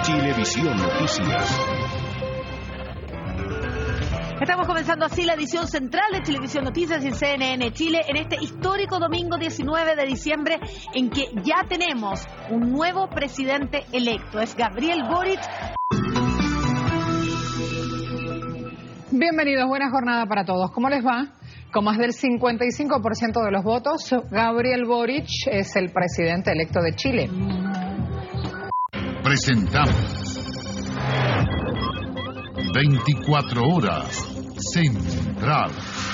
Chilevisión Noticias. Estamos comenzando así la edición central de Chilevisión Noticias en CNN Chile en este histórico domingo 19 de diciembre en que ya tenemos un nuevo presidente electo. Es Gabriel Boric. Bienvenidos, buena jornada para todos. ¿Cómo les va? Con más del 55% de los votos, Gabriel Boric es el presidente electo de Chile. Presentamos 24 horas Central.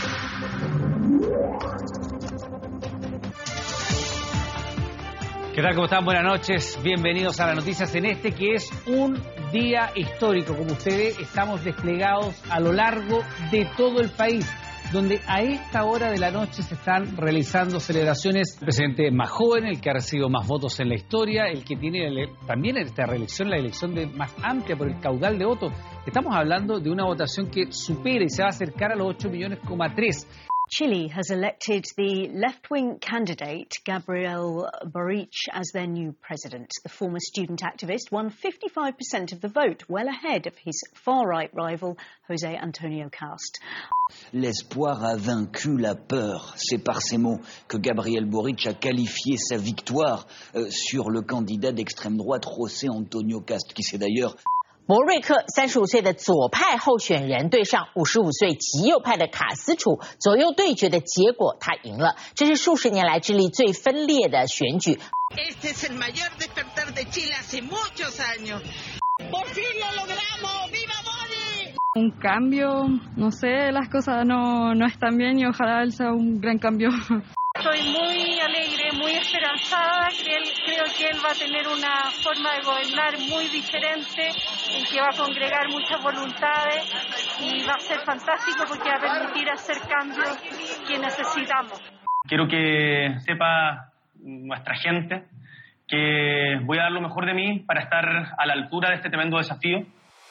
¿Qué tal? ¿Cómo están? Buenas noches. Bienvenidos a las noticias en este que es un día histórico. Como ustedes estamos desplegados a lo largo de todo el país, donde a esta hora de la noche se están realizando celebraciones. El presidente más joven, el que ha recibido más votos en la historia, el que tiene también en esta reelección la elección más amplia por el caudal de votos. Estamos hablando de una votación que supera y se va a acercar a los 8,3 millones. Chile has elected the left-wing candidate Gabriel Boric as their new president. The former student activist won 55% of the vote, well ahead of his far-right rival, José Antonio Cast. L'espoir a vaincu la peur. C'est par ces mots que Gabriel Boric a qualifié sa victoire sur le candidat d'extrême droite José Antonio Cast, qui s'est d'ailleurs... 博瑞克35岁的左派候选人对上55岁极右派的卡斯楚，左右对决的结果他赢了，这是数十年来智利最分裂的选举。 Este es el mayor despertar de Chile hace muchos años. Por fin lo logramos. ¡Viva Boric! Un cambio, no sé, las cosas no están bien y ojalá él sea un gran cambio. Estoy muy alegre, muy esperanzada. Creo que él va a tener una forma de gobernar muy diferente, en que va a congregar muchas voluntades y va a ser fantástico porque va a permitir hacer cambios que necesitamos. Quiero que sepa nuestra gente que voy a dar lo mejor de mí para estar a la altura de este tremendo desafío.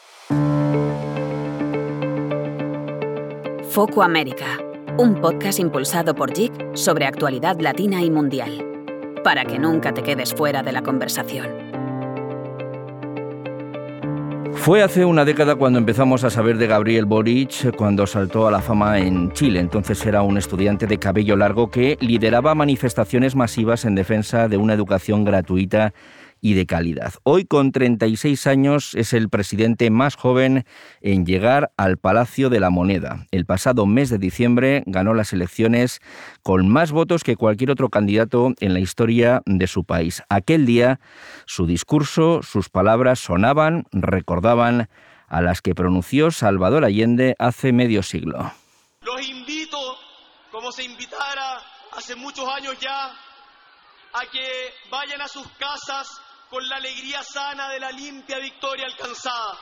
Foco América, un podcast impulsado por JIC sobre actualidad latina y mundial, para que nunca te quedes fuera de la conversación. Fue hace una década cuando empezamos a saber de Gabriel Boric, cuando saltó a la fama en Chile. Entonces era un estudiante de cabello largo que lideraba manifestaciones masivas en defensa de una educación gratuita y de calidad. Hoy, con 36 años, es el presidente más joven en llegar al Palacio de la Moneda. El pasado mes de diciembre ganó las elecciones con más votos que cualquier otro candidato en la historia de su país. Aquel día, su discurso, sus palabras sonaban, recordaban a las que pronunció Salvador Allende hace medio siglo. Los invito, como se invitara hace muchos años ya, a que vayan a sus casas con la alegría sana de la limpia victoria alcanzada.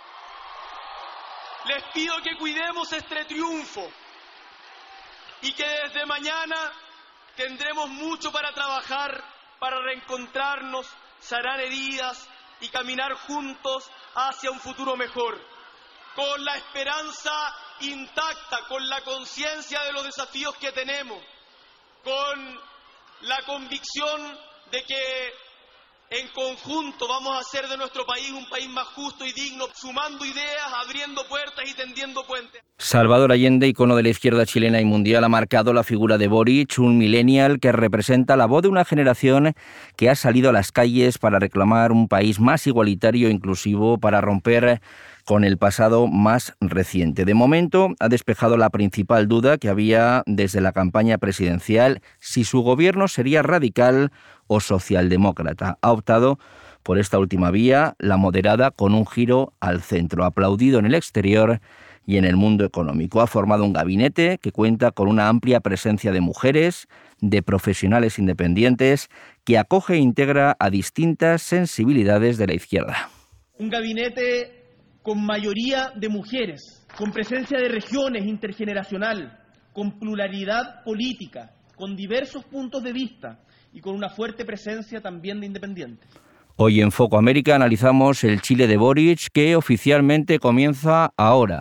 Les pido que cuidemos este triunfo y que desde mañana tendremos mucho para trabajar, para reencontrarnos, sanar heridas y caminar juntos hacia un futuro mejor, con la esperanza intacta, con la conciencia de los desafíos que tenemos, con la convicción de que en conjunto vamos a hacer de nuestro país un país más justo y digno, sumando ideas, abriendo puertas y tendiendo puentes. Salvador Allende, icono de la izquierda chilena y mundial, ha marcado la figura de Boric, un millennial que representa la voz de una generación que ha salido a las calles para reclamar un país más igualitario e inclusivo, para romper con el pasado más reciente. De momento ha despejado la principal duda que había desde la campaña presidencial, si su gobierno sería radical o socialdemócrata. Ha optado por esta última vía, la moderada, con un giro al centro, aplaudido en el exterior y en el mundo económico. Ha formado un gabinete que cuenta con una amplia presencia de mujeres, de profesionales independientes, que acoge e integra a distintas sensibilidades de la izquierda. Un gabinete con mayoría de mujeres, con presencia de regiones, intergeneracional, con pluralidad política, con diversos puntos de vista y con una fuerte presencia también de independientes. Hoy en Foco América analizamos el Chile de Boric, que oficialmente comienza ahora.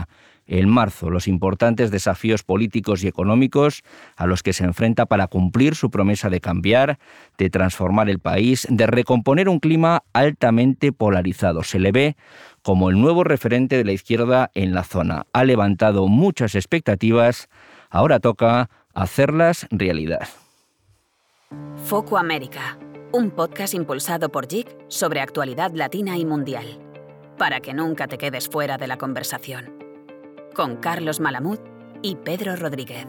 en marzo los importantes desafíos políticos y económicos a los que se enfrenta para cumplir su promesa de cambiar, de transformar el país, de recomponer un clima altamente polarizado. Se le ve como el nuevo referente de la izquierda en la zona. Ha levantado muchas expectativas, ahora toca hacerlas realidad. Foco América, un podcast impulsado por JIC sobre actualidad latina y mundial, para que nunca te quedes fuera de la conversación. Con Carlos Malamud y Pedro Rodríguez.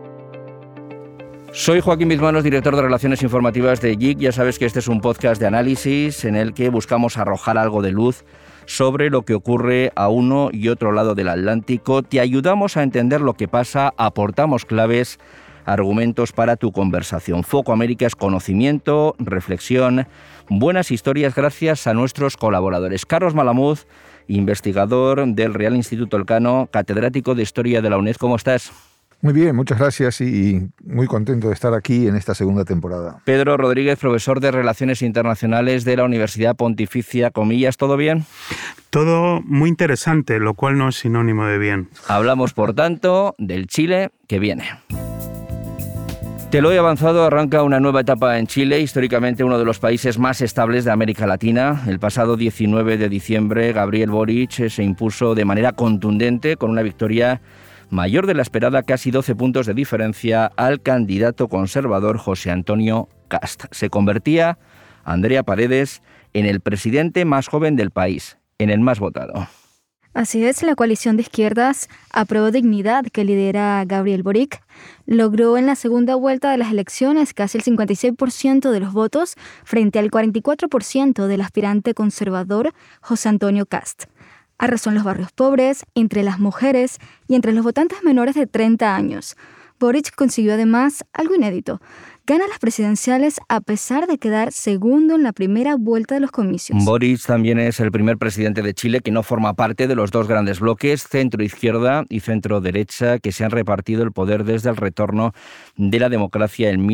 Soy Joaquín Bizmanos, director de Relaciones Informativas de JIC. Ya sabes que este es un podcast de análisis en el que buscamos arrojar algo de luz sobre lo que ocurre a uno y otro lado del Atlántico. Te ayudamos a entender lo que pasa, aportamos claves, argumentos para tu conversación. Foco América es conocimiento, reflexión, buenas historias gracias a nuestros colaboradores. Carlos Malamud, investigador del Real Instituto Elcano, catedrático de Historia de la UNED. ¿Cómo estás? Muy bien, muchas gracias y muy contento de estar aquí en esta segunda temporada. Pedro Rodríguez, profesor de Relaciones Internacionales de la Universidad Pontificia Comillas. ¿Todo bien? Todo muy interesante, lo cual no es sinónimo de bien. Hablamos, por tanto, del Chile que viene. Te lo he avanzado, arranca una nueva etapa en Chile, históricamente uno de los países más estables de América Latina. El pasado 19 de diciembre, Gabriel Boric se impuso de manera contundente con una victoria mayor de la esperada, casi 12 puntos de diferencia, al candidato conservador José Antonio Kast. Se convertía, Andrea Paredes, en el presidente más joven del país, en el más votado. Así es, la coalición de izquierdas Apruebo Dignidad, que lidera Gabriel Boric, logró en la segunda vuelta de las elecciones casi el 56% de los votos frente al 44% del aspirante conservador José Antonio Kast. Arrasó en los barrios pobres, entre las mujeres y entre los votantes menores de 30 años. Boric consiguió además algo inédito. Gana las presidenciales a pesar de quedar segundo en la primera vuelta de los comicios. Boric también es el primer presidente de Chile que no forma parte de los dos grandes bloques, centro-izquierda y centro-derecha, que se han repartido el poder desde el retorno de la democracia en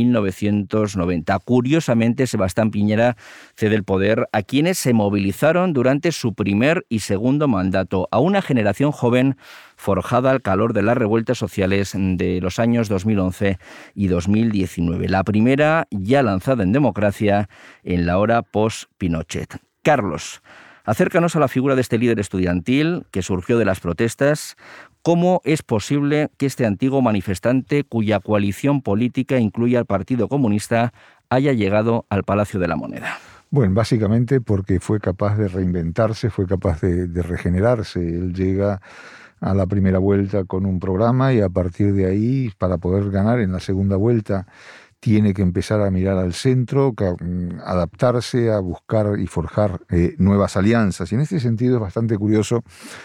1990. Curiosamente, Sebastián Piñera cede el poder a quienes se movilizaron durante su primer y segundo mandato, a una generación joven forjada al calor de las revueltas sociales de los años 2011 y 2019. La primera ya lanzada en democracia en la hora post-Pinochet. Carlos, acércanos a la figura de este líder estudiantil que surgió de las protestas. ¿Cómo es posible que este antiguo manifestante, cuya coalición política incluye al Partido Comunista, haya llegado al Palacio de la Moneda? Bueno, básicamente porque fue capaz de reinventarse, fue capaz de regenerarse. Él llega a la primera vuelta con un programa y a partir de ahí, para poder ganar en la segunda vuelta, tiene que empezar a mirar al centro, adaptarse, a buscar y forjar nuevas alianzas. Y en este sentido es bastante curioso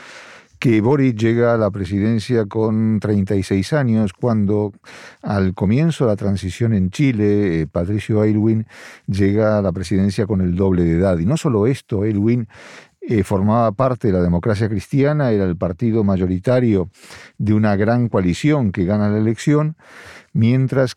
que Boric llega a la presidencia con 36 años, cuando al comienzo de la transición en Chile, Patricio Aylwin llega a la presidencia con el doble de edad. Y no solo esto, Aylwin formaba parte de la Democracia Cristiana, era el partido mayoritario de una gran coalición que gana la elección, mientras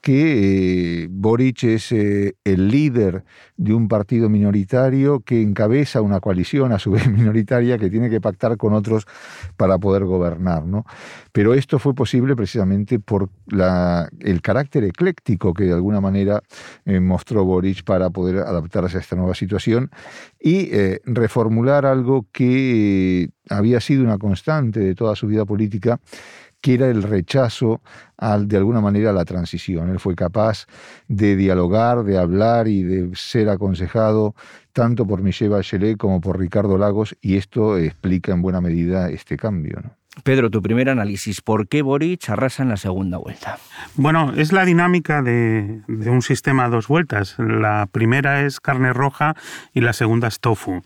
que Boric es el líder de un partido minoritario que encabeza una coalición a su vez minoritaria que tiene que pactar con otros para poder gobernar, ¿no? Pero esto fue posible precisamente por el carácter ecléctico que de alguna manera mostró Boric para poder adaptarse a esta nueva situación y reformular algo que había sido una constante de toda su vida política, que era el rechazo de alguna manera a la transición. Él fue capaz de dialogar, de hablar y de ser aconsejado tanto por Michelle Bachelet como por Ricardo Lagos, y esto explica en buena medida este cambio, ¿no? Pedro, tu primer análisis. ¿Por qué Boric arrasa en la segunda vuelta? Bueno, es la dinámica de un sistema a dos vueltas. La primera es carne roja y la segunda es tofu.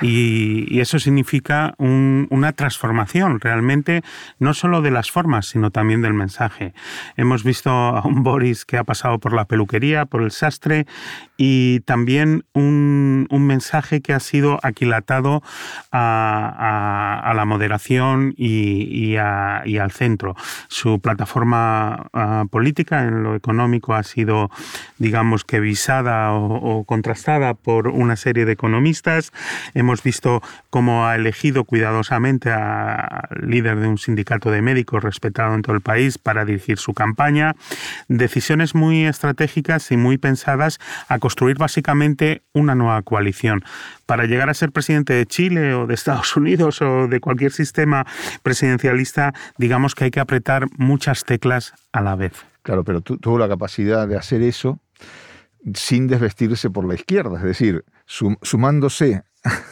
Y eso significa una transformación realmente, no solo de las formas, sino también del mensaje. Hemos visto a un Boric que ha pasado por la peluquería, por el sastre, y también un mensaje que ha sido aquilatado a la moderación y y al centro. Su plataforma política en lo económico ha sido, digamos que visada o contrastada por una serie de economistas. Hemos visto cómo ha elegido cuidadosamente al líder de un sindicato de médicos respetado en todo el país para dirigir su campaña. Decisiones muy estratégicas y muy pensadas a construir básicamente una nueva coalición. Para llegar a ser presidente de Chile o de Estados Unidos o de cualquier sistema presidencialista, digamos que hay que apretar muchas teclas a la vez. Claro, pero tuvo la capacidad de hacer eso sin desvestirse por la izquierda, es decir, sumándose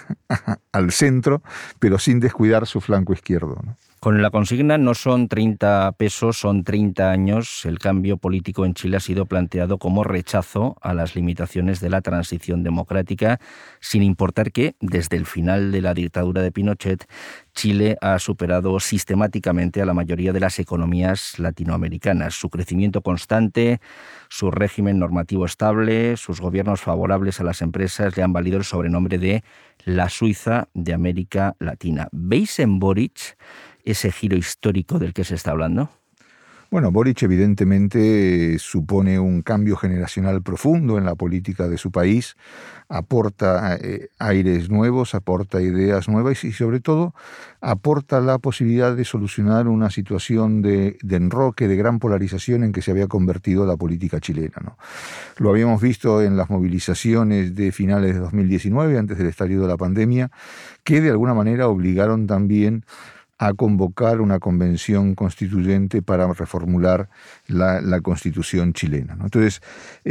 al centro, pero sin descuidar su flanco izquierdo, ¿no? Con la consigna no son 30 pesos, son 30 años. El cambio político en Chile ha sido planteado como rechazo a las limitaciones de la transición democrática, sin importar que, desde el final de la dictadura de Pinochet, Chile ha superado sistemáticamente a la mayoría de las economías latinoamericanas. Su crecimiento constante, su régimen normativo estable, sus gobiernos favorables a las empresas le han valido el sobrenombre de la Suiza de América Latina. ¿Veis en Boric ese giro histórico del que se está hablando? Bueno, Boric evidentemente supone un cambio generacional profundo en la política de su país, aporta aires nuevos, aporta ideas nuevas y sobre todo aporta la posibilidad de solucionar una situación de enroque, de gran polarización en que se había convertido la política chilena, ¿no? Lo habíamos visto en las movilizaciones de finales de 2019, antes del estallido de la pandemia, que de alguna manera obligaron también a convocar una convención constituyente para reformular la Constitución chilena, ¿no? Entonces,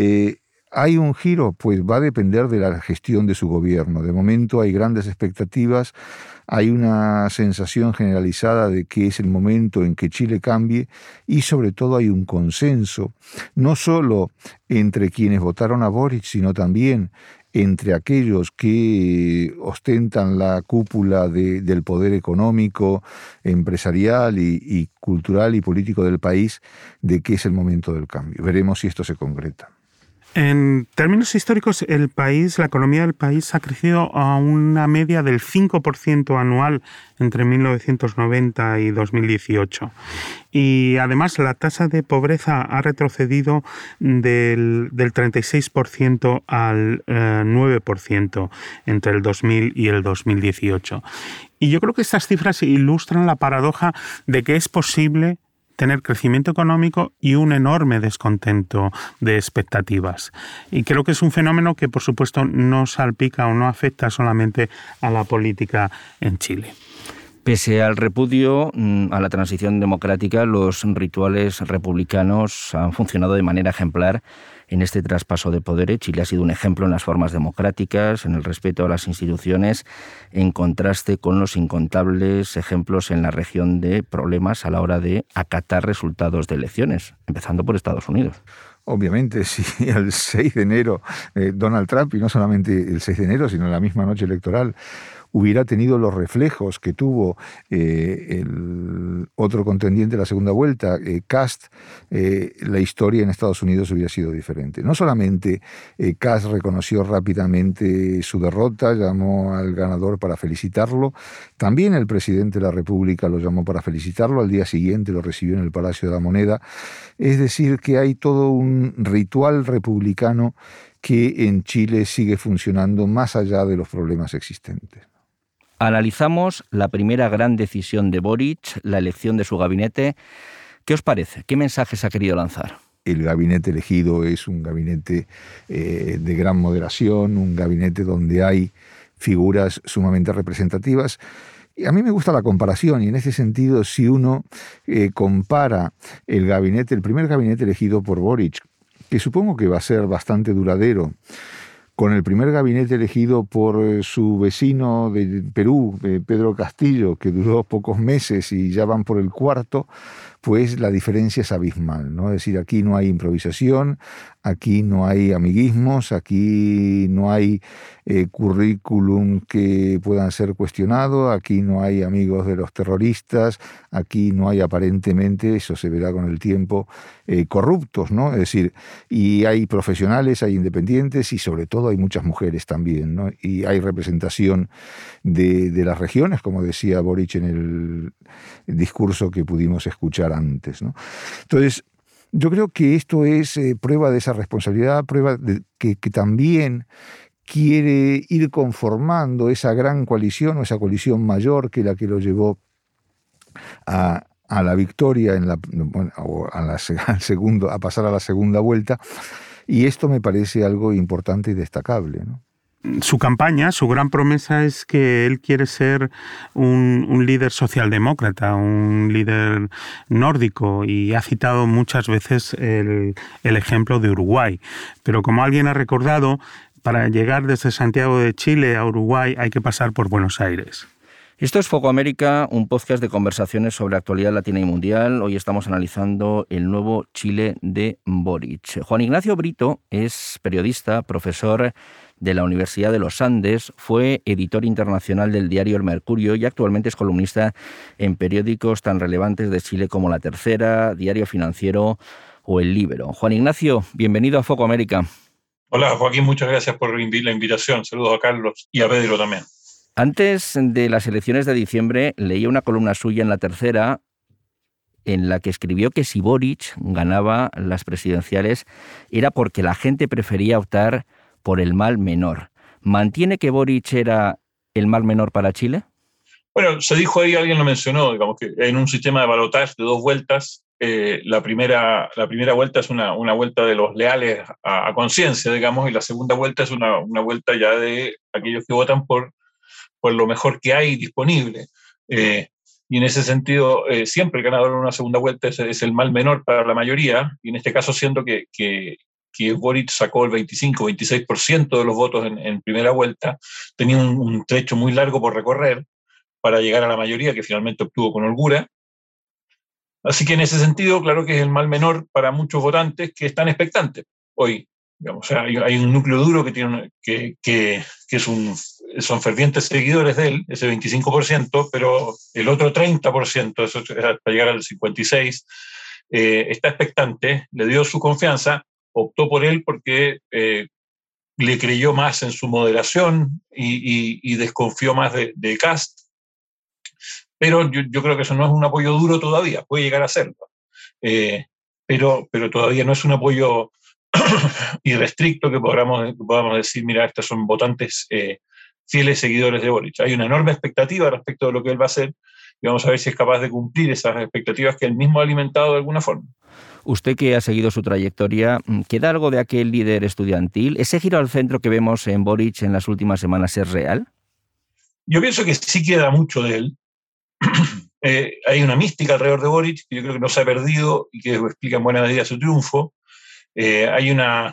¿hay un giro? Pues va a depender de la gestión de su gobierno. De momento hay grandes expectativas, hay una sensación generalizada de que es el momento en que Chile cambie y sobre todo hay un consenso, no solo entre quienes votaron a Boric, sino también entre aquellos que ostentan la cúpula del poder económico, empresarial y cultural y político del país, de que es el momento del cambio. Veremos si esto se concreta. En términos históricos, la economía del país ha crecido a una media del 5% anual entre 1990 y 2018. Y además la tasa de pobreza ha retrocedido del 36% al 9% entre el 2000 y el 2018. Y yo creo que estas cifras ilustran la paradoja de que es posible tener crecimiento económico y un enorme descontento de expectativas. Y creo que es un fenómeno que, por supuesto, no salpica o no afecta solamente a la política en Chile. Pese al repudio a la transición democrática, los rituales republicanos han funcionado de manera ejemplar en este traspaso de poderes. Chile ha sido un ejemplo en las formas democráticas, en el respeto a las instituciones, en contraste con los incontables ejemplos en la región de problemas a la hora de acatar resultados de elecciones, empezando por Estados Unidos. Obviamente, si el 6 de enero Donald Trump, y no solamente el 6 de enero, sino la misma noche electoral, hubiera tenido los reflejos que tuvo el otro contendiente de la segunda vuelta, Kast, la historia en Estados Unidos hubiera sido diferente. No solamente Kast reconoció rápidamente su derrota, llamó al ganador para felicitarlo, también el presidente de la República lo llamó para felicitarlo, al día siguiente lo recibió en el Palacio de la Moneda. Es decir, que hay todo un ritual republicano que en Chile sigue funcionando más allá de los problemas existentes. Analizamos la primera gran decisión de Boric, la elección de su gabinete. ¿Qué os parece? ¿Qué mensajes ha querido lanzar? El gabinete elegido es un gabinete de gran moderación, un gabinete donde hay figuras sumamente representativas. Y a mí me gusta la comparación, y en ese sentido, si uno compara el primer gabinete elegido por Boric, que supongo que va a ser bastante duradero, con el primer gabinete elegido por su vecino de Perú, Pedro Castillo, que duró pocos meses y ya van por el cuarto, pues la diferencia es abismal, ¿no? Es decir, aquí no hay improvisación, Aquí no hay amiguismos, aquí no hay currículum que puedan ser cuestionados, aquí no hay amigos de los terroristas, aquí no hay aparentemente, eso se verá con el tiempo, corruptos, ¿no? Es decir, y hay profesionales, hay independientes y sobre todo hay muchas mujeres también, ¿no? Y hay representación de las regiones, como decía Boric en el discurso que pudimos escuchar antes, ¿no? Entonces, yo creo que esto es prueba de esa responsabilidad, prueba de que también quiere ir conformando esa gran coalición o esa coalición mayor que la que lo llevó a la victoria a pasar a la segunda vuelta, y esto me parece algo importante y destacable, ¿no? Su campaña, su gran promesa es que él quiere ser un líder socialdemócrata, un líder nórdico, y ha citado muchas veces el ejemplo de Uruguay. Pero como alguien ha recordado, para llegar desde Santiago de Chile a Uruguay hay que pasar por Buenos Aires. Esto es Foco América, un podcast de conversaciones sobre actualidad latina y mundial. Hoy estamos analizando el nuevo Chile de Boric. Juan Ignacio Brito es periodista, profesor de la Universidad de los Andes, fue editor internacional del diario El Mercurio y actualmente es columnista en periódicos tan relevantes de Chile como La Tercera, Diario Financiero o El Líbero. Juan Ignacio, bienvenido a Foco América. Hola Joaquín, muchas gracias por la invitación. Saludos a Carlos y a Pedro también. Antes de las elecciones de diciembre leí una columna suya en La Tercera en la que escribió que si Boric ganaba las presidenciales era porque la gente prefería optar por el mal menor. ¿Mantiene que Boric era el mal menor para Chile? Bueno, se dijo ahí, alguien lo mencionó, digamos que en un sistema de balotaje de 2 vueltas, la primera vuelta es una vuelta de los leales a conciencia, digamos, y la segunda vuelta es una vuelta ya de aquellos que votan por lo mejor que hay disponible. Y en ese sentido, siempre el ganador en una segunda vuelta es el mal menor para la mayoría, y en este caso siendo que Boric sacó el 25-26% de los votos en primera vuelta, tenía un trecho muy largo por recorrer para llegar a la mayoría que finalmente obtuvo con holgura. Así que en ese sentido, claro que es el mal menor para muchos votantes que están expectantes hoy. Digamos, o sea, hay un núcleo duro que son fervientes seguidores de él, ese 25%, pero el otro 30%, eso hasta llegar al 56%, está expectante, le dio su confianza, optó por él porque le creyó más en su moderación y desconfió más de Kast. Pero yo creo que eso no es un apoyo duro todavía, puede llegar a serlo. Pero todavía no es un apoyo irrestricto que podamos decir, mira, estos son votantes fieles seguidores de Boric. Hay una enorme expectativa respecto de lo que él va a hacer y vamos a ver si es capaz de cumplir esas expectativas que él mismo ha alimentado de alguna forma. Usted que ha seguido su trayectoria, ¿queda algo de aquel líder estudiantil? ¿Ese giro al centro que vemos en Boric en las últimas semanas es real? Yo pienso que sí queda mucho de él. Hay una mística alrededor de Boric que yo creo que no se ha perdido y que explica en buena medida su triunfo. Hay una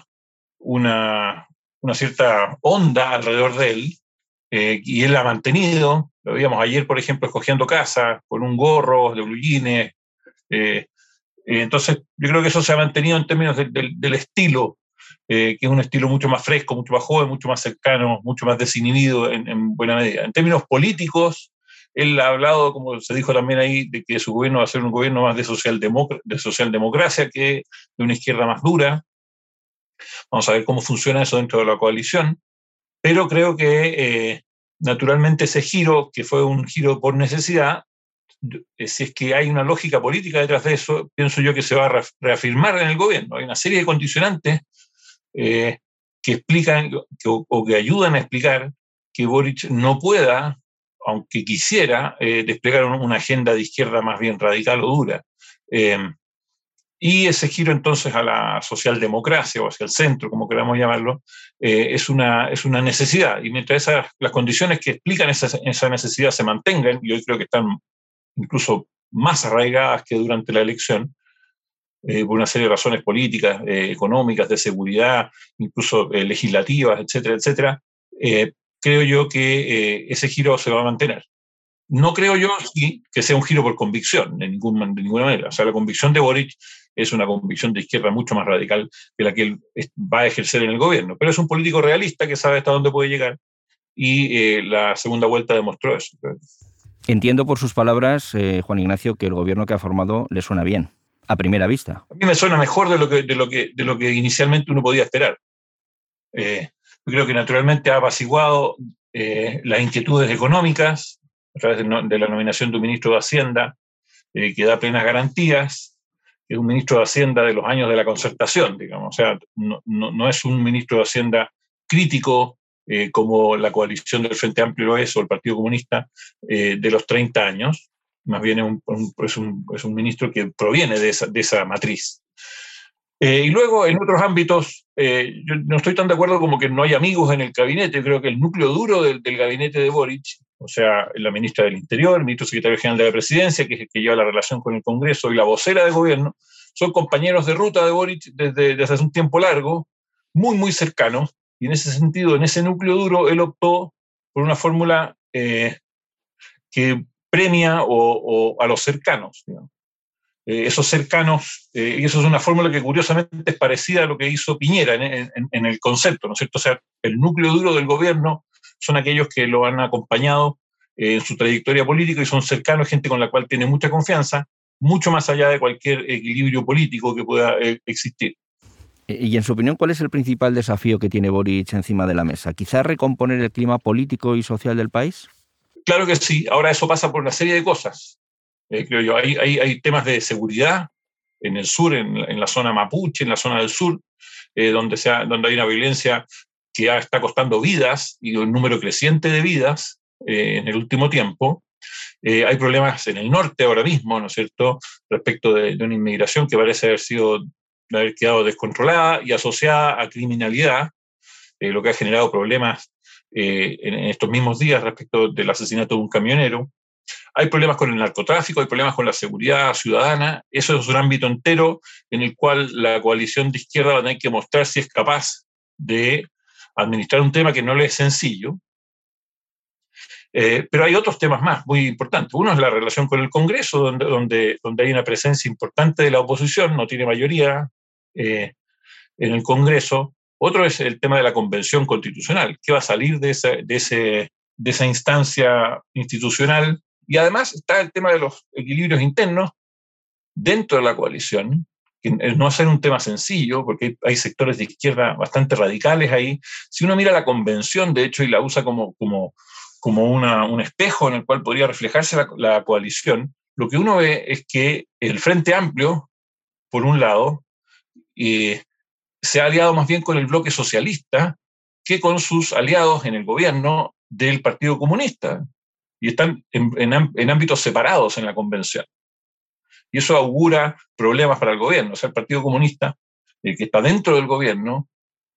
cierta onda alrededor de él y él la ha mantenido. Lo veíamos ayer, por ejemplo, escogiendo casa con un gorro de blue jeans. Entonces, yo creo que eso se ha mantenido en términos del estilo, que es un estilo mucho más fresco, mucho más joven, mucho más cercano, mucho más desinhibido en buena medida. En términos políticos, él ha hablado, como se dijo también ahí, de que su gobierno va a ser un gobierno más de socialdemocracia que de una izquierda más dura. Vamos a ver cómo funciona eso dentro de la coalición. Pero creo que naturalmente ese giro, que fue un giro por necesidad, si es que hay una lógica política detrás de eso, pienso yo que se va a reafirmar en el gobierno. Hay una serie de condicionantes que explican o que ayudan a explicar que Boric no pueda, aunque quisiera, desplegar una agenda de izquierda más bien radical o dura. Y ese giro entonces a la socialdemocracia o hacia el centro, como queramos llamarlo, es una necesidad. Y mientras las condiciones que explican esa necesidad se mantengan, y hoy creo que están incluso más arraigadas que durante la elección, por una serie de razones políticas, económicas, de seguridad, incluso legislativas, etcétera, etcétera, creo yo que ese giro se va a mantener. No creo yo sí, que sea un giro por convicción, de ninguna manera. O sea, la convicción de Boric es una convicción de izquierda mucho más radical que la que él va a ejercer en el gobierno. Pero es un político realista que sabe hasta dónde puede llegar y la segunda vuelta demostró eso. Entiendo por sus palabras, Juan Ignacio, que el gobierno que ha formado le suena bien, a primera vista. A mí me suena mejor de lo que inicialmente uno podía esperar. Yo creo que naturalmente ha apaciguado las inquietudes económicas a través de la nominación de un ministro de Hacienda que da plenas garantías, que es un ministro de Hacienda de los años de la concertación, digamos. O sea, no es un ministro de Hacienda crítico como la coalición del Frente Amplio lo es, o el Partido Comunista, de los 30 años. Más bien es un ministro que proviene de esa matriz. Y luego, en otros ámbitos, yo no estoy tan de acuerdo como que no hay amigos en el gabinete. Creo que el núcleo duro del gabinete de Boric, o sea, la ministra del Interior, el ministro secretario general de la Presidencia, que es el que lleva la relación con el Congreso, y la vocera de gobierno, son compañeros de ruta de Boric desde hace un tiempo largo, muy, muy cercanos, y en ese sentido, en ese núcleo duro, él optó por una fórmula que premia a los cercanos, digamos. Esos cercanos, y eso es una fórmula que curiosamente es parecida a lo que hizo Piñera en el concepto, ¿no es cierto? O sea, el núcleo duro del gobierno son aquellos que lo han acompañado en su trayectoria política y son cercanos, gente con la cual tiene mucha confianza, mucho más allá de cualquier equilibrio político que pueda existir. Y en su opinión, ¿cuál es el principal desafío que tiene Boric encima de la mesa? ¿Quizás recomponer el clima político y social del país? Claro que sí. Ahora eso pasa por una serie de cosas. Creo yo, hay temas de seguridad en el sur, en la zona mapuche, en la zona del sur, donde hay una violencia que ya está costando vidas y un número creciente de vidas en el último tiempo. Hay problemas en el norte ahora mismo, ¿no es cierto?, respecto de una inmigración que parece haber quedado descontrolada y asociada a criminalidad, lo que ha generado problemas en estos mismos días respecto del asesinato de un camionero. Hay problemas con el narcotráfico, hay problemas con la seguridad ciudadana. Eso es un ámbito entero en el cual la coalición de izquierda va a tener que mostrar si es capaz de administrar un tema que no le es sencillo. Pero hay otros temas más muy importantes. Uno es la relación con el Congreso, donde hay una presencia importante de la oposición, no tiene mayoría en el Congreso. Otro es el tema de la Convención Constitucional. ¿Qué va a salir de esa instancia institucional? Y además está el tema de los equilibrios internos dentro de la coalición, que no va a ser un tema sencillo, porque hay sectores de izquierda bastante radicales ahí. Si uno mira la convención, de hecho, y la usa como un espejo en el cual podría reflejarse la coalición, lo que uno ve es que el Frente Amplio, por un lado, se ha aliado más bien con el bloque socialista que con sus aliados en el gobierno del Partido Comunista. Y están en ámbitos separados en la convención. Y eso augura problemas para el gobierno. O sea, el Partido Comunista, que está dentro del gobierno,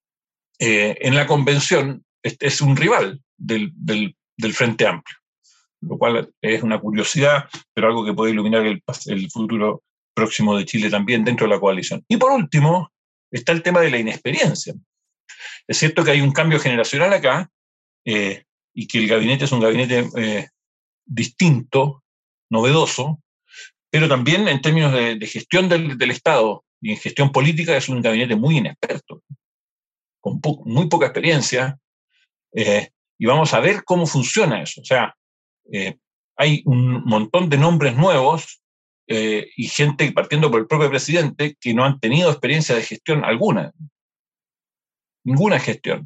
en la convención es un rival del Frente Amplio, lo cual es una curiosidad, pero algo que puede iluminar el futuro próximo de Chile también dentro de la coalición. Y por último, está el tema de la inexperiencia. Es cierto que hay un cambio generacional acá, y que el gabinete es un gabinete distinto, novedoso, pero también en términos de gestión del Estado y en gestión política es un gabinete muy inexperto, con muy poca experiencia, y vamos a ver cómo funciona eso. O sea, hay un montón de nombres nuevos y gente partiendo por el propio presidente que no han tenido experiencia de gestión alguna, ninguna gestión.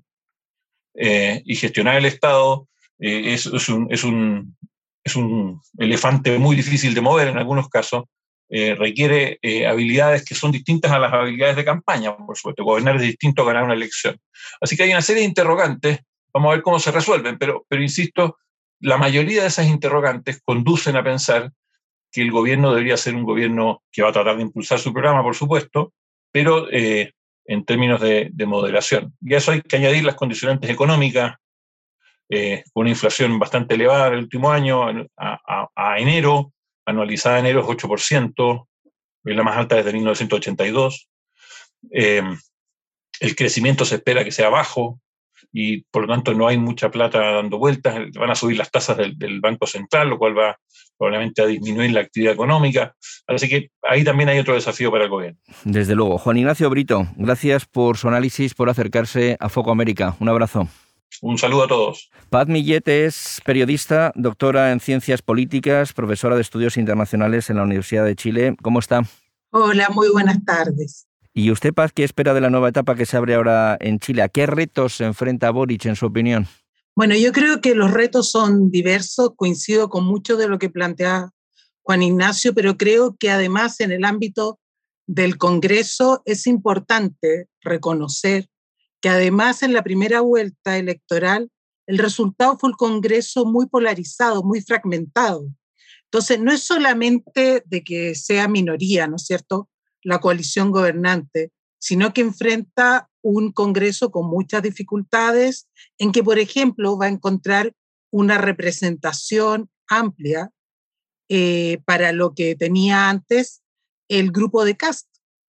Y gestionar el Estado es un elefante muy difícil de mover en algunos casos, requiere habilidades que son distintas a las habilidades de campaña, por supuesto. Gobernar es distinto a ganar una elección. Así que hay una serie de interrogantes, vamos a ver cómo se resuelven, pero insisto, la mayoría de esas interrogantes conducen a pensar que el gobierno debería ser un gobierno que va a tratar de impulsar su programa, por supuesto, pero en términos de moderación. Y a eso hay que añadir las condicionantes económicas, con una inflación bastante elevada en el último año, a enero, anualizada enero es 8%, es la más alta desde 1982. El crecimiento se espera que sea bajo, y por lo tanto no hay mucha plata dando vueltas. Van a subir las tasas del Banco Central, lo cual va probablemente a disminuir la actividad económica. Así que ahí también hay otro desafío para el gobierno. Desde luego. Juan Ignacio Brito, gracias por su análisis, por acercarse a Foco América. Un abrazo. Un saludo a todos. Paz Millet es periodista, doctora en Ciencias Políticas, profesora de Estudios Internacionales en la Universidad de Chile. ¿Cómo está? Hola, muy buenas tardes. ¿Y usted, Paz, qué espera de la nueva etapa que se abre ahora en Chile? ¿A qué retos se enfrenta Boric, en su opinión? Bueno, yo creo que los retos son diversos, coincido con mucho de lo que plantea Juan Ignacio, pero creo que además en el ámbito del Congreso es importante reconocer que además en la primera vuelta electoral el resultado fue el Congreso muy polarizado, muy fragmentado. Entonces, no es solamente de que sea minoría, ¿no es cierto?, la coalición gobernante, sino que enfrenta un Congreso con muchas dificultades, en que, por ejemplo, va a encontrar una representación amplia para lo que tenía antes el grupo de Kast.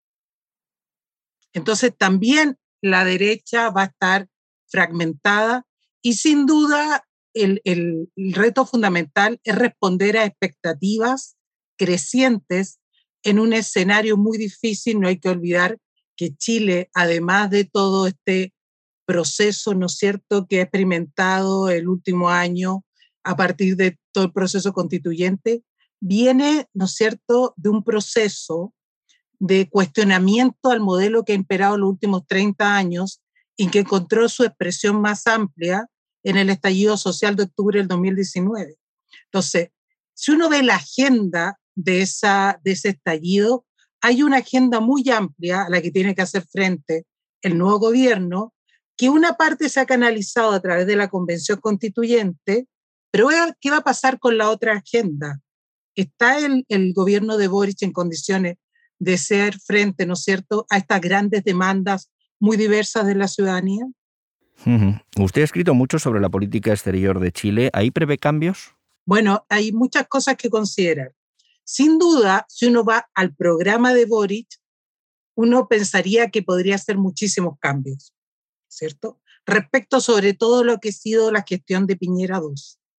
Entonces, también la derecha va a estar fragmentada y, sin duda, el reto fundamental es responder a expectativas crecientes en un escenario muy difícil. No hay que olvidar que Chile, además de todo este proceso, ¿no es cierto?, que ha experimentado el último año a partir de todo el proceso constituyente, viene, ¿no es cierto?, de un proceso de cuestionamiento al modelo que ha imperado los últimos 30 años y que encontró su expresión más amplia en el estallido social de octubre del 2019. Entonces, si uno ve la agenda de ese estallido, hay una agenda muy amplia a la que tiene que hacer frente el nuevo gobierno, que una parte se ha canalizado a través de la Convención Constituyente, pero ¿qué va a pasar con la otra agenda? ¿Está el gobierno de Boric en condiciones de hacer frente, ¿no es cierto?, a estas grandes demandas muy diversas de la ciudadanía? Usted ha escrito mucho sobre la política exterior de Chile. ¿Ahí prevé cambios? Bueno, hay muchas cosas que considerar. Sin duda, si uno va al programa de Boric, uno pensaría que podría hacer muchísimos cambios, ¿cierto? Respecto sobre todo lo que ha sido la gestión de Piñera II.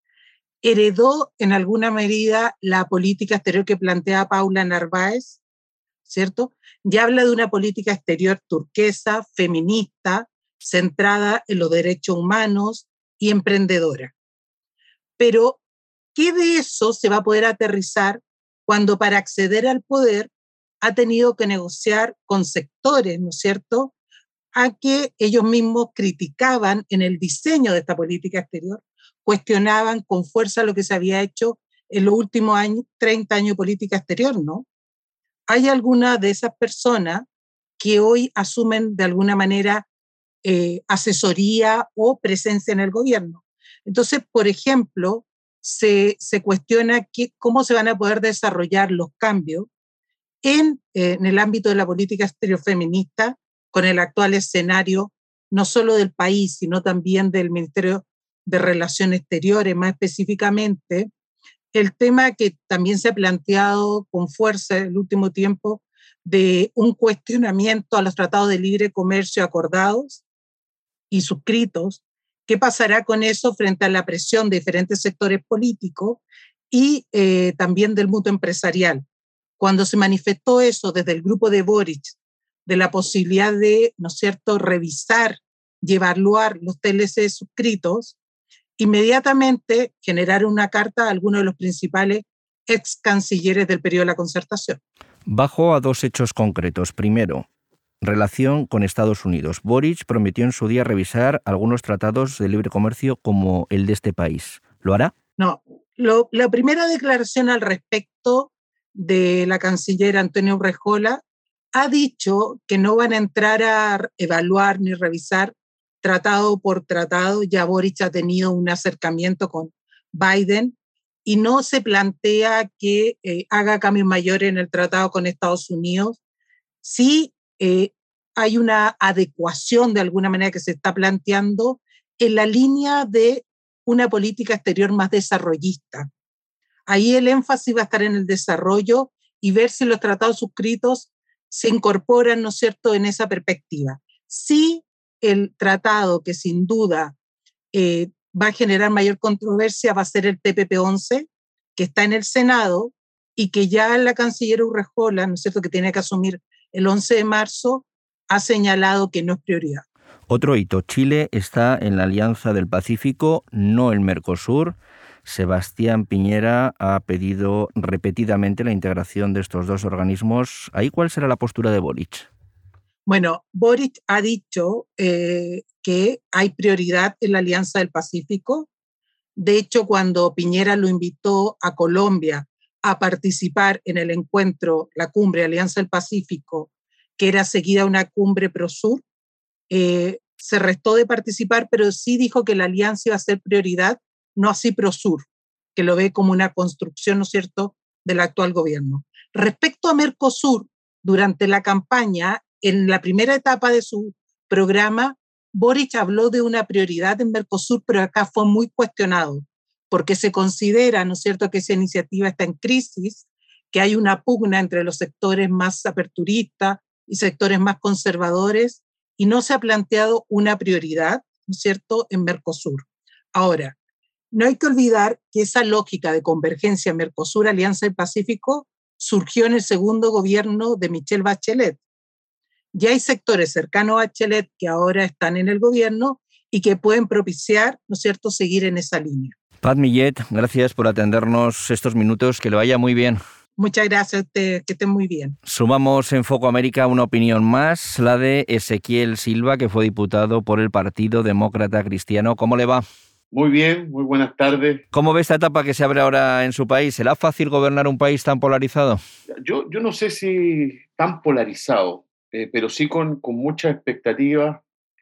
Heredó en alguna medida la política exterior que plantea Paula Narváez, ¿cierto? Ya habla de una política exterior turquesa, feminista, centrada en los derechos humanos y emprendedora. Pero, ¿qué de eso se va a poder aterrizar cuando para acceder al poder ha tenido que negociar con sectores, ¿no es cierto?, a que ellos mismos criticaban en el diseño de esta política exterior, cuestionaban con fuerza lo que se había hecho en los últimos 30 años de política exterior, ¿no? Hay algunas de esas personas que hoy asumen de alguna manera asesoría o presencia en el gobierno. Entonces, por ejemplo, se cuestiona cómo se van a poder desarrollar los cambios en el ámbito de la política exterior feminista con el actual escenario, no solo del país, sino también del Ministerio de Relaciones Exteriores, más específicamente, el tema que también se ha planteado con fuerza en el último tiempo de un cuestionamiento a los tratados de libre comercio acordados y suscritos. ¿Qué pasará con eso frente a la presión de diferentes sectores políticos y también del mundo empresarial? Cuando se manifestó eso desde el grupo de Boric, de la posibilidad de, ¿no es cierto?, revisar y evaluar los TLC suscritos, inmediatamente generaron una carta a algunos de los principales ex cancilleres del periodo de la concertación. Bajo a dos hechos concretos. Primero, relación con Estados Unidos. Boric prometió en su día revisar algunos tratados de libre comercio como el de este país. ¿Lo hará? No. La primera declaración al respecto de la canciller Antonia Urrejola ha dicho que no van a entrar a evaluar ni revisar tratado por tratado. Ya Boric ha tenido un acercamiento con Biden y no se plantea que haga cambios mayores en el tratado con Estados Unidos. Sí hay una adecuación de alguna manera que se está planteando en la línea de una política exterior más desarrollista. Ahí el énfasis va a estar en el desarrollo y ver si los tratados suscritos se incorporan, ¿no es cierto?, en esa perspectiva. Sí el tratado que sin duda va a generar mayor controversia va a ser el TPP-11, que está en el Senado y que ya la canciller Urrejola, ¿no es cierto?, que tiene que asumir el 11 de marzo, ha señalado que no es prioridad. Otro hito, Chile está en la Alianza del Pacífico, no el Mercosur. Sebastián Piñera ha pedido repetidamente la integración de estos dos organismos. ¿Ahí cuál será la postura de Boric? Bueno, Boric ha dicho que hay prioridad en la Alianza del Pacífico. De hecho, cuando Piñera lo invitó a Colombia a participar en el encuentro, la cumbre Alianza del Pacífico, que era seguida una cumbre Prosur, se restó de participar, pero sí dijo que la alianza iba a ser prioridad, no así Prosur, que lo ve como una construcción, ¿no es cierto?, del actual gobierno. Respecto a Mercosur, durante la campaña, en la primera etapa de su programa, Boric habló de una prioridad en Mercosur, pero acá fue muy cuestionado, porque se considera, ¿no es cierto?, que esa iniciativa está en crisis, que hay una pugna entre los sectores más aperturistas y sectores más conservadores, y no se ha planteado una prioridad, ¿no es cierto?, en Mercosur. Ahora, no hay que olvidar que esa lógica de convergencia Mercosur-Alianza del Pacífico surgió en el segundo gobierno de Michelle Bachelet. Ya hay sectores cercanos a Bachelet que ahora están en el gobierno y que pueden propiciar, ¿no es cierto?, seguir en esa línea. Pat Millet, gracias por atendernos estos minutos, que le vaya muy bien. Muchas gracias a usted, que estén muy bien. Sumamos en Foco América una opinión más, la de Ezequiel Silva, que fue diputado por el Partido Demócrata Cristiano. ¿Cómo le va? Muy bien, muy buenas tardes. ¿Cómo ve esta etapa que se abre ahora en su país? ¿Será fácil gobernar un país tan polarizado? Yo no sé si tan polarizado, pero sí con muchas expectativas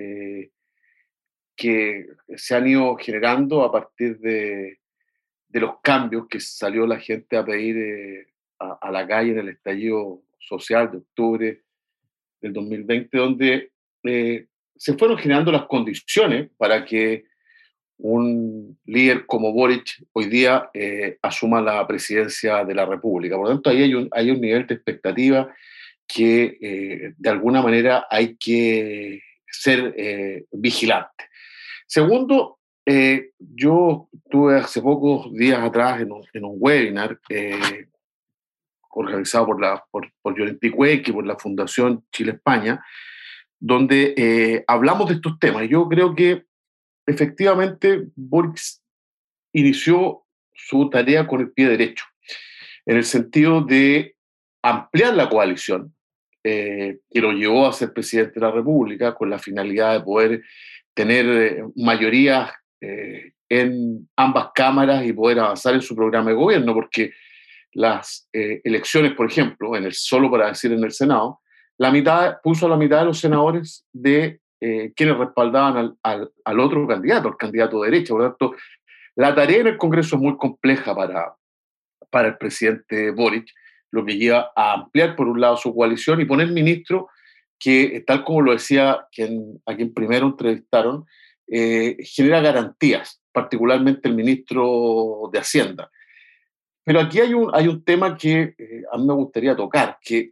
que se han ido generando a partir de los cambios que salió la gente a pedir a la calle en el estallido social de octubre del 2020, donde se fueron generando las condiciones para que un líder como Boric hoy día asuma la presidencia de la República. Por lo tanto, ahí hay un nivel de expectativa que de alguna manera hay que ser vigilante. Segundo, yo estuve hace pocos días atrás en un webinar organizado por Llorenti Cuequi, por la Fundación Chile-España, donde hablamos de estos temas. Yo creo que efectivamente Boric inició su tarea con el pie derecho, en el sentido de ampliar la coalición, que lo llevó a ser presidente de la República con la finalidad de poder tener mayorías en ambas cámaras y poder avanzar en su programa de gobierno, porque las elecciones, por ejemplo, solo para decir en el Senado, puso a la mitad de los senadores de quienes respaldaban al otro candidato, al candidato de derecha. Por lo tanto, la tarea en el Congreso es muy compleja para el presidente Boric, lo que lleva a ampliar, por un lado, su coalición y poner ministros que, tal como lo decía a quien primero entrevistaron, genera garantías, particularmente el ministro de Hacienda. Pero aquí hay un tema que a mí me gustaría tocar, que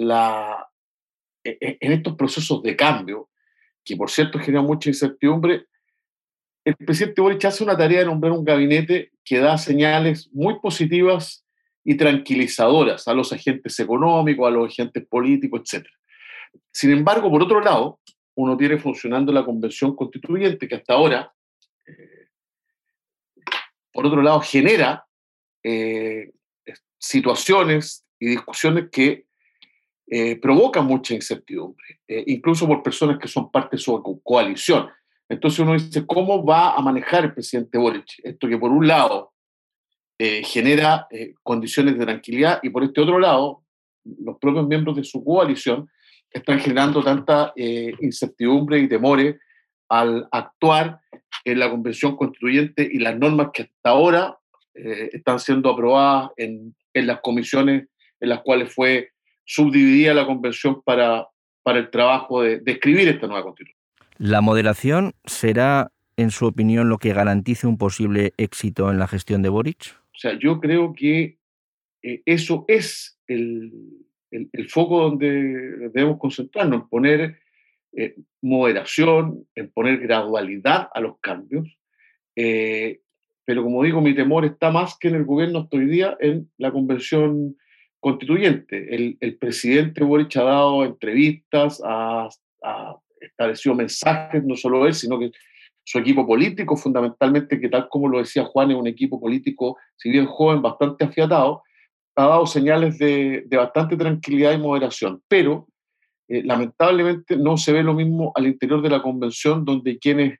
en estos procesos de cambio, que por cierto genera mucha incertidumbre, el presidente Boric hace una tarea de nombrar un gabinete que da señales muy positivas y tranquilizadoras a los agentes económicos, a los agentes políticos, etc. Sin embargo, por otro lado, uno tiene funcionando la Convención Constituyente, que hasta ahora, por otro lado, genera situaciones y discusiones que provocan mucha incertidumbre, incluso por personas que son parte de su coalición. Entonces uno dice, ¿cómo va a manejar el presidente Boric esto que por un lado genera condiciones de tranquilidad y por este otro lado los propios miembros de su coalición están generando tanta incertidumbre y temores al actuar en la Convención Constituyente y las normas que hasta ahora están siendo aprobadas en las comisiones en las cuales fue subdividida la Convención para el trabajo de escribir esta nueva Constitución. ¿La moderación será, en su opinión, lo que garantice un posible éxito en la gestión de Boric? O sea, yo creo que eso es el foco donde debemos concentrarnos, poner moderación, en poner gradualidad a los cambios. Pero como digo, mi temor está más que en el gobierno hasta hoy día en la convención constituyente. El presidente Boric ha dado entrevistas, ha establecido mensajes, no solo él, sino que su equipo político, fundamentalmente, que tal como lo decía Juan, es un equipo político, si bien joven, bastante afiatado, ha dado señales de bastante tranquilidad y moderación. Pero, lamentablemente, no se ve lo mismo al interior de la convención, donde quienes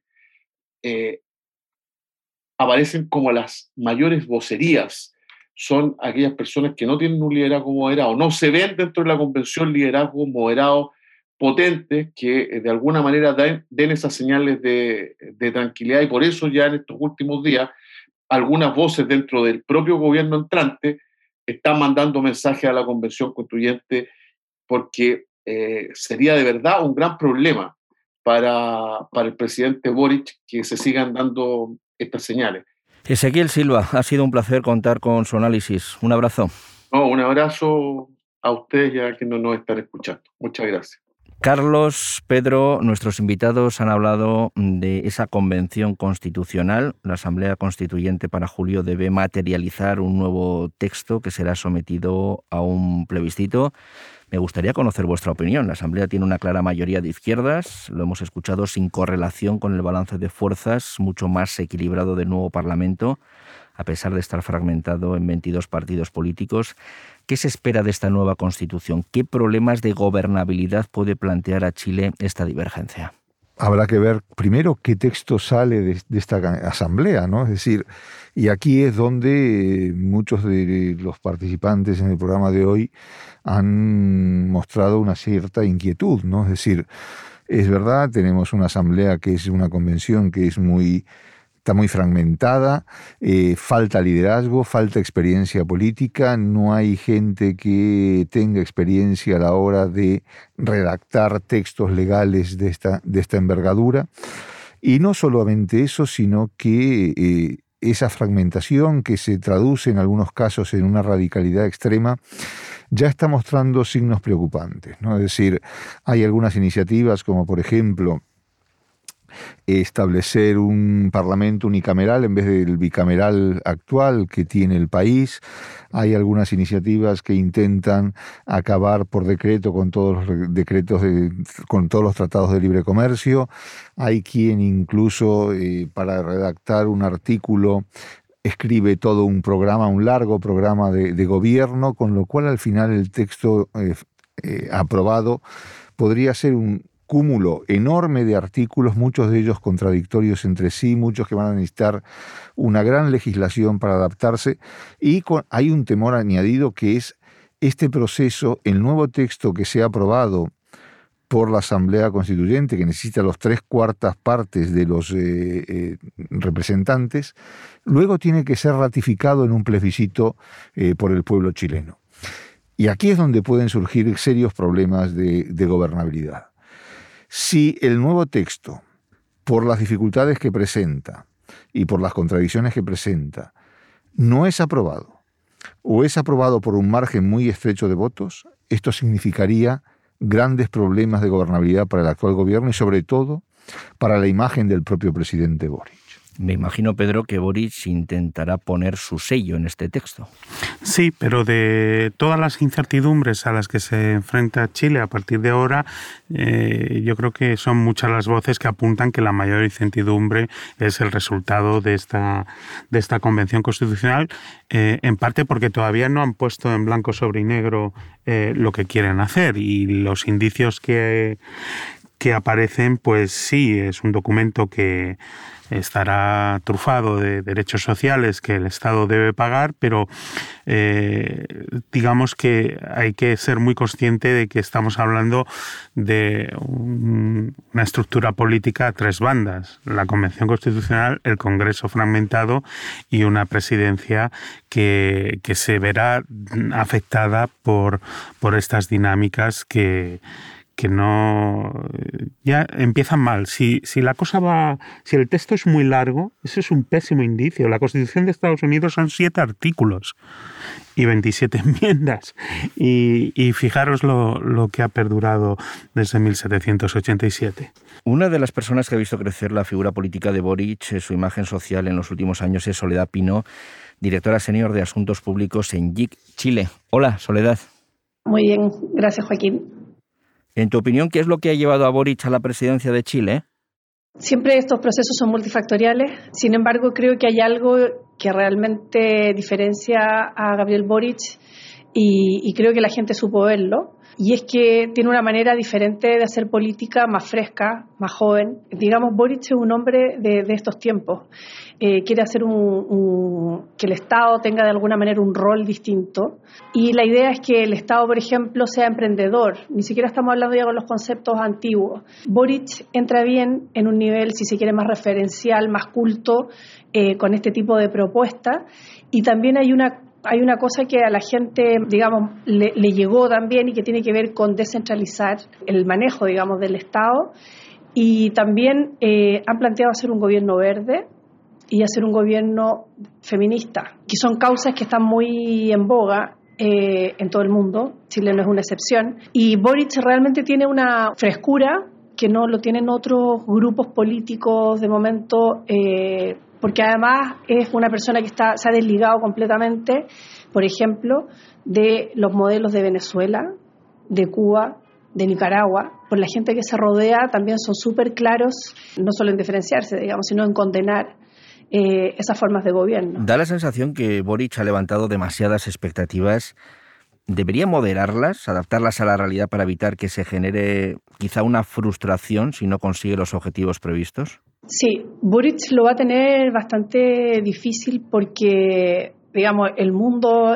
aparecen como las mayores vocerías son aquellas personas que no tienen un liderazgo moderado, no se ven dentro de la convención liderazgos moderados potentes que de alguna manera den esas señales de tranquilidad, y por eso ya en estos últimos días algunas voces dentro del propio gobierno entrante están mandando mensajes a la convención constituyente, porque sería de verdad un gran problema para el presidente Boric que se sigan dando estas señales. Ezequiel Silva, ha sido un placer contar con su análisis. Un abrazo. Un abrazo a ustedes y a quienes nos están escuchando. Muchas gracias. Carlos, Pedro, nuestros invitados han hablado de esa convención constitucional. La Asamblea Constituyente para julio debe materializar un nuevo texto que será sometido a un plebiscito. Me gustaría conocer vuestra opinión. La Asamblea tiene una clara mayoría de izquierdas, lo hemos escuchado, sin correlación con el balance de fuerzas mucho más equilibrado del nuevo Parlamento, a pesar de estar fragmentado en 22 partidos políticos. ¿Qué se espera de esta nueva Constitución? ¿Qué problemas de gobernabilidad puede plantear a Chile esta divergencia? Habrá que ver primero qué texto sale de esta asamblea, ¿no? Es decir, y aquí es donde muchos de los participantes en el programa de hoy han mostrado una cierta inquietud, ¿no? Es decir, es verdad, tenemos una asamblea que es una convención que está muy fragmentada, falta liderazgo, falta experiencia política, no hay gente que tenga experiencia a la hora de redactar textos legales de esta envergadura. Y no solamente eso, sino que esa fragmentación que se traduce en algunos casos en una radicalidad extrema ya está mostrando signos preocupantes, ¿no? Es decir, hay algunas iniciativas como, por ejemplo, establecer un parlamento unicameral en vez del bicameral actual que tiene el país. Hay algunas iniciativas que intentan acabar por decreto con todos los decretos, con todos los tratados de libre comercio. Hay quien incluso para redactar un artículo escribe todo un programa, un largo programa de gobierno, con lo cual al final el texto aprobado podría ser un cúmulo enorme de artículos, muchos de ellos contradictorios entre sí, muchos que van a necesitar una gran legislación para adaptarse, y hay un temor añadido que es este proceso, el nuevo texto que se ha aprobado por la Asamblea Constituyente, que necesita los 3/4 partes de los representantes, luego tiene que ser ratificado en un plebiscito por el pueblo chileno. Y aquí es donde pueden surgir serios problemas de gobernabilidad. Si el nuevo texto, por las dificultades que presenta y por las contradicciones que presenta, no es aprobado, o es aprobado por un margen muy estrecho de votos, esto significaría grandes problemas de gobernabilidad para el actual gobierno y sobre todo para la imagen del propio presidente Boric. Me imagino, Pedro, que Boric intentará poner su sello en este texto. Sí, pero de todas las incertidumbres a las que se enfrenta Chile a partir de ahora, yo creo que son muchas las voces que apuntan que la mayor incertidumbre es el resultado de esta convención constitucional, en parte porque todavía no han puesto en blanco sobre negro lo que quieren hacer, y los indicios que aparecen, pues sí, es un documento que estará trufado de derechos sociales que el Estado debe pagar, pero digamos que hay que ser muy consciente de que estamos hablando de una estructura política a 3 bandas: la Convención Constitucional, el Congreso fragmentado y una presidencia que se verá afectada por estas dinámicas que no ya empiezan mal. Si la cosa va, si el texto es muy largo, eso es un pésimo indicio. La Constitución de Estados Unidos son 7 artículos y 27 enmiendas. Y fijaros lo que ha perdurado desde 1787. Una de las personas que ha visto crecer la figura política de Boric, su imagen social en los últimos años, es Soledad Pino, directora senior de Asuntos Públicos en JIC Chile. Hola, Soledad. Muy bien, gracias, Joaquín. En tu opinión, ¿qué es lo que ha llevado a Boric a la presidencia de Chile? Siempre estos procesos son multifactoriales. Sin embargo, creo que hay algo que realmente diferencia a Gabriel Boric y creo que la gente supo verlo. Y es que tiene una manera diferente de hacer política, más fresca, más joven. Digamos, Boric es un hombre de estos tiempos. Quiere hacer que el Estado tenga de alguna manera un rol distinto. Y la idea es que el Estado, por ejemplo, sea emprendedor. Ni siquiera estamos hablando ya con los conceptos antiguos. Boric entra bien en un nivel, si se quiere, más referencial, más culto, con este tipo de propuestas. Y también hay una cosa que a la gente, digamos, le llegó también y que tiene que ver con descentralizar el manejo, digamos, del Estado. Y también han planteado hacer un gobierno verde y hacer un gobierno feminista, que son causas que están muy en boga en todo el mundo. Chile no es una excepción. Y Boric realmente tiene una frescura que no lo tienen otros grupos políticos de momento, porque además es una persona que se ha desligado completamente, por ejemplo, de los modelos de Venezuela, de Cuba, de Nicaragua. Por la gente que se rodea también son súper claros, no solo en diferenciarse, digamos, sino en condenar esas formas de gobierno. Da la sensación que Boric ha levantado demasiadas expectativas. ¿Debería moderarlas, adaptarlas a la realidad para evitar que se genere quizá una frustración si no consigue los objetivos previstos? Sí, Boric lo va a tener bastante difícil porque, digamos, el mundo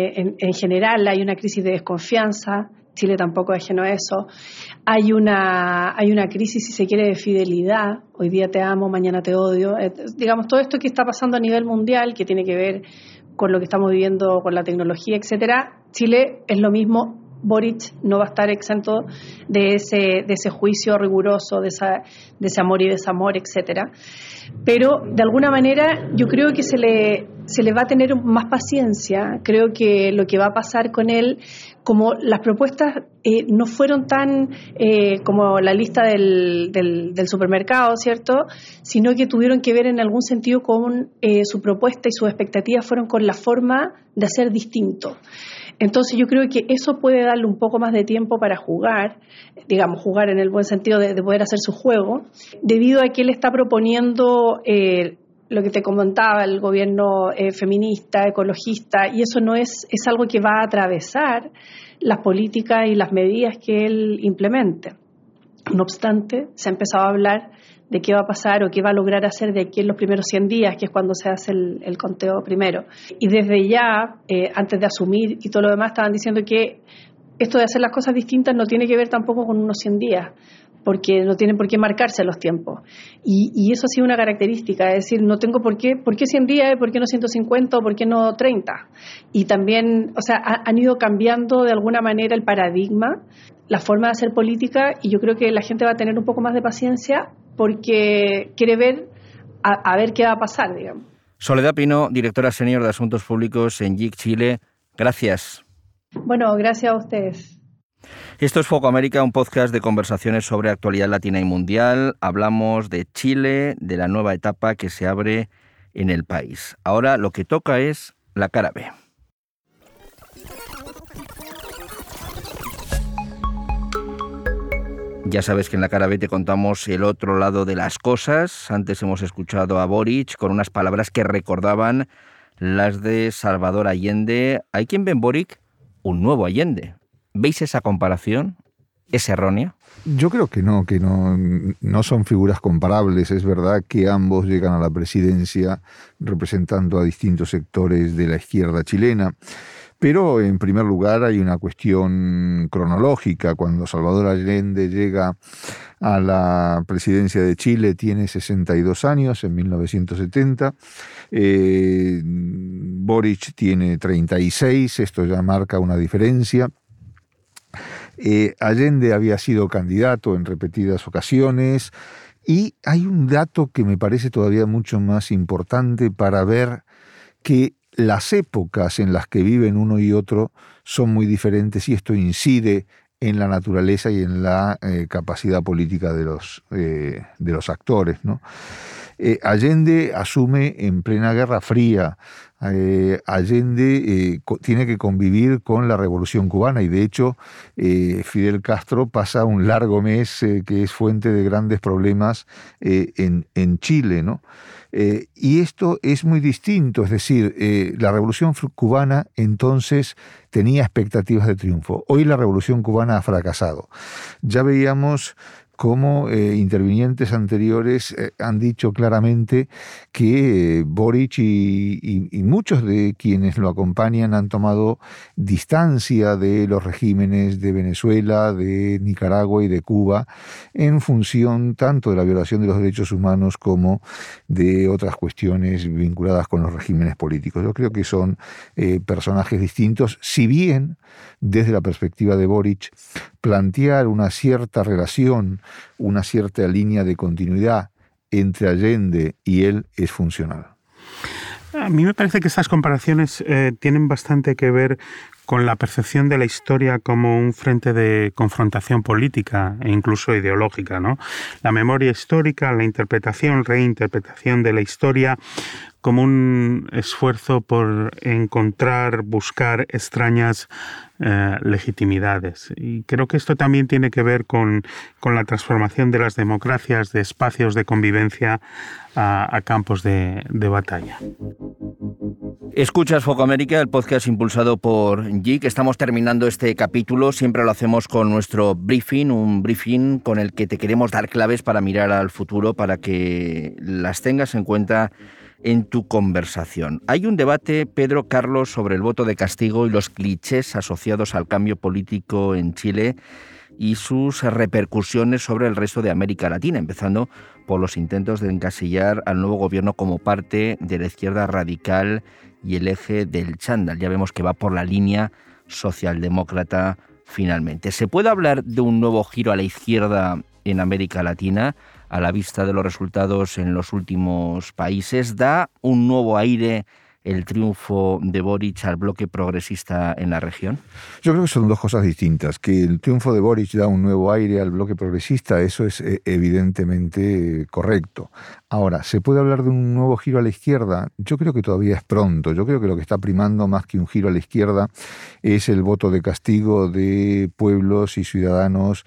en general hay una crisis de desconfianza. Chile tampoco es ajeno a eso. Hay una crisis, si se quiere, de fidelidad. Hoy día te amo, mañana te odio. Digamos, todo esto que está pasando a nivel mundial, que tiene que ver con lo que estamos viviendo con la tecnología, etcétera. Chile es lo mismo. Boric no va a estar exento de ese juicio riguroso, de ese amor y desamor, etcétera. Pero de alguna manera yo creo que se le va a tener más paciencia. Creo que lo que va a pasar con él, como las propuestas no fueron tan como la lista del supermercado, ¿cierto? Sino que tuvieron que ver en algún sentido con su propuesta y sus expectativas fueron con la forma de hacer distinto. Entonces yo creo que eso puede darle un poco más de tiempo para jugar, digamos, jugar en el buen sentido de poder hacer su juego, debido a que él está proponiendo lo que te comentaba, el gobierno feminista, ecologista, y eso no es algo que va a atravesar las políticas y las medidas que él implemente. No obstante, se ha empezado a hablar de qué va a pasar o qué va a lograr hacer de aquí en los primeros 100 días, que es cuando se hace el conteo primero. Y desde ya, antes de asumir y todo lo demás, estaban diciendo que esto de hacer las cosas distintas no tiene que ver tampoco con unos 100 días, porque no tienen por qué marcarse los tiempos. Y eso ha sido una característica, es decir, no tengo por qué 100 días, por qué no 150 o por qué no 30. Y también, o sea, han ido cambiando de alguna manera el paradigma, la forma de hacer política, y yo creo que la gente va a tener un poco más de paciencia porque quiere ver a ver qué va a pasar, digamos. Soledad Pino, directora senior de Asuntos Públicos en JIC Chile. Gracias. Bueno, gracias a ustedes. Esto es Foco América, un podcast de conversaciones sobre actualidad latina y mundial. Hablamos de Chile, de la nueva etapa que se abre en el país. Ahora lo que toca es la cara B. Ya sabes que en la cara B te contamos el otro lado de las cosas. Antes hemos escuchado a Boric con unas palabras que recordaban las de Salvador Allende. Hay quien ve en Boric un nuevo Allende. ¿Veis esa comparación? ¿Es errónea? Yo creo que no son figuras comparables. Es verdad que ambos llegan a la presidencia representando a distintos sectores de la izquierda chilena. Pero, en primer lugar, hay una cuestión cronológica. Cuando Salvador Allende llega a la presidencia de Chile, tiene 62 años, en 1970. Boric tiene 36, esto ya marca una diferencia. Allende había sido candidato en repetidas ocasiones, y hay un dato que me parece todavía mucho más importante para ver que las épocas en las que viven uno y otro son muy diferentes, y esto incide en la naturaleza y en la capacidad política de los actores, ¿no? Allende asume en plena Guerra Fría. Allende tiene que convivir con la Revolución Cubana, y de hecho Fidel Castro pasa un largo mes que es fuente de grandes problemas en Chile, ¿no? Y esto es muy distinto, es decir, la Revolución Cubana entonces tenía expectativas de triunfo. Hoy la Revolución Cubana ha fracasado. Ya veíamos cómo intervinientes anteriores han dicho claramente que Boric y muchos de quienes lo acompañan han tomado distancia de los regímenes de Venezuela, de Nicaragua y de Cuba, en función tanto de la violación de los derechos humanos como de otras cuestiones vinculadas con los regímenes políticos. Yo creo que son personajes distintos, si bien desde la perspectiva de Boric plantear una cierta relación, una cierta línea de continuidad entre Allende y él es funcional. A mí me parece que estas comparaciones tienen bastante que ver con la percepción de la historia como un frente de confrontación política e incluso ideológica, ¿no? La memoria histórica, la interpretación, reinterpretación de la historia como un esfuerzo por encontrar, buscar extrañas legitimidades. Y creo que esto también tiene que ver con la transformación de las democracias de espacios de convivencia a campos de batalla. Escuchas Foco América, el podcast impulsado por JIC. Estamos terminando este capítulo. Siempre lo hacemos con nuestro briefing, un briefing con el que te queremos dar claves para mirar al futuro, para que las tengas en cuenta en tu conversación. Hay un debate, Pedro, Carlos, sobre el voto de castigo y los clichés asociados al cambio político en Chile y sus repercusiones sobre el resto de América Latina, empezando por los intentos de encasillar al nuevo gobierno como parte de la izquierda radical y el eje del chándal. Ya vemos que va por la línea socialdemócrata finalmente. ¿Se puede hablar de un nuevo giro a la izquierda en América Latina a la vista de los resultados en los últimos países? ¿Da un nuevo aire el triunfo de Boric al bloque progresista en la región? Yo creo que son dos cosas distintas. Que el triunfo de Boric da un nuevo aire al bloque progresista, eso es evidentemente correcto. Ahora, ¿se puede hablar de un nuevo giro a la izquierda? Yo creo que todavía es pronto. Yo creo que lo que está primando más que un giro a la izquierda es el voto de castigo de pueblos y ciudadanos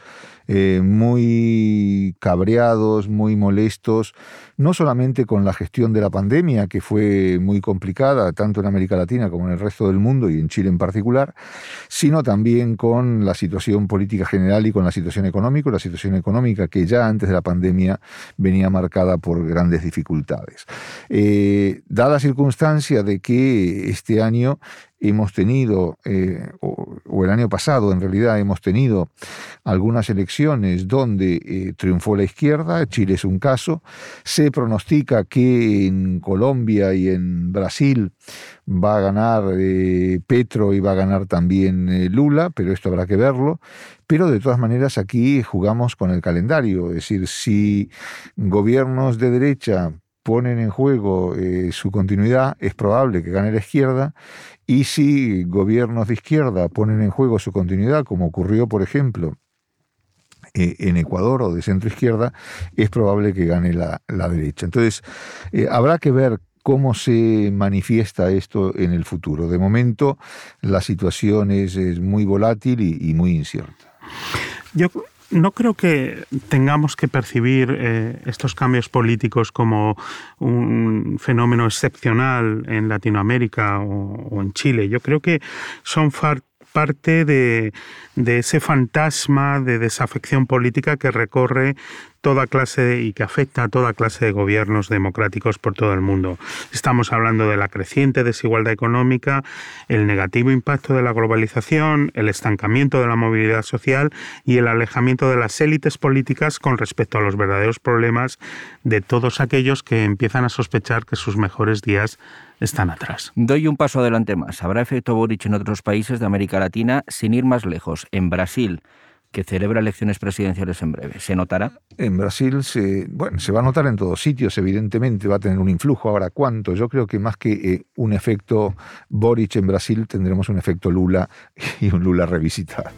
muy cabreados, muy molestos, no solamente con la gestión de la pandemia, que fue muy complicada, tanto en América Latina como en el resto del mundo y en Chile en particular, sino también con la situación política general y con la situación económica que ya antes de la pandemia venía marcada por grandes dificultades. Dada la circunstancia de que este año hemos tenido, o el año pasado en realidad hemos tenido algunas elecciones donde triunfó la izquierda, Chile es un caso, se pronostica que en Colombia y en Brasil va a ganar Petro y va a ganar también Lula, pero esto habrá que verlo. Pero de todas maneras aquí jugamos con el calendario, es decir, si gobiernos de derecha ponen en juego su continuidad, es probable que gane la izquierda, y si gobiernos de izquierda ponen en juego su continuidad, como ocurrió, por ejemplo, en Ecuador o de centro izquierda, es probable que gane la derecha. Entonces, habrá que ver cómo se manifiesta esto en el futuro. De momento, la situación es muy volátil y muy incierta. Yo no creo que tengamos que percibir estos cambios políticos como un fenómeno excepcional en Latinoamérica o en Chile. Yo creo que son parte de ese fantasma de desafección política que recorre toda clase y que afecta a toda clase de gobiernos democráticos por todo el mundo. Estamos hablando de la creciente desigualdad económica, el negativo impacto de la globalización, el estancamiento de la movilidad social y el alejamiento de las élites políticas con respecto a los verdaderos problemas de todos aquellos que empiezan a sospechar que sus mejores días están atrás. Doy un paso adelante más. ¿Habrá efecto Boric en otros países de América Latina? Sin ir más lejos, en Brasil, que celebra elecciones presidenciales en breve, ¿se notará? En Brasil se va a notar en todos sitios, evidentemente, va a tener un influjo. Ahora, ¿cuánto? Yo creo que más que un efecto Boric en Brasil, tendremos un efecto Lula y un Lula revisitado.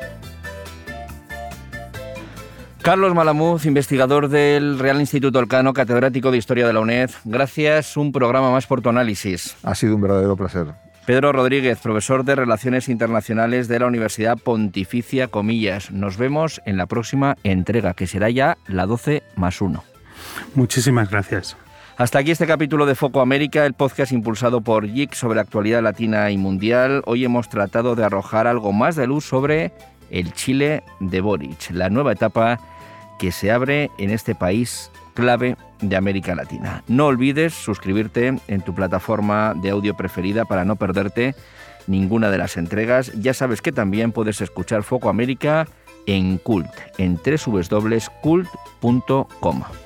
Carlos Malamud, investigador del Real Instituto Elcano, catedrático de Historia de la UNED. Gracias, un programa más por tu análisis. Ha sido un verdadero placer. Pedro Rodríguez, profesor de Relaciones Internacionales de la Universidad Pontificia Comillas. Nos vemos en la próxima entrega, que será ya la 12+1. Muchísimas gracias. Hasta aquí este capítulo de Foco América, el podcast impulsado por JIC sobre actualidad latina y mundial. Hoy hemos tratado de arrojar algo más de luz sobre el Chile de Boric, la nueva etapa que se abre en este país clave de América Latina. No olvides suscribirte en tu plataforma de audio preferida para no perderte ninguna de las entregas. Ya sabes que también puedes escuchar Foco América en Cult, en www.cult.com.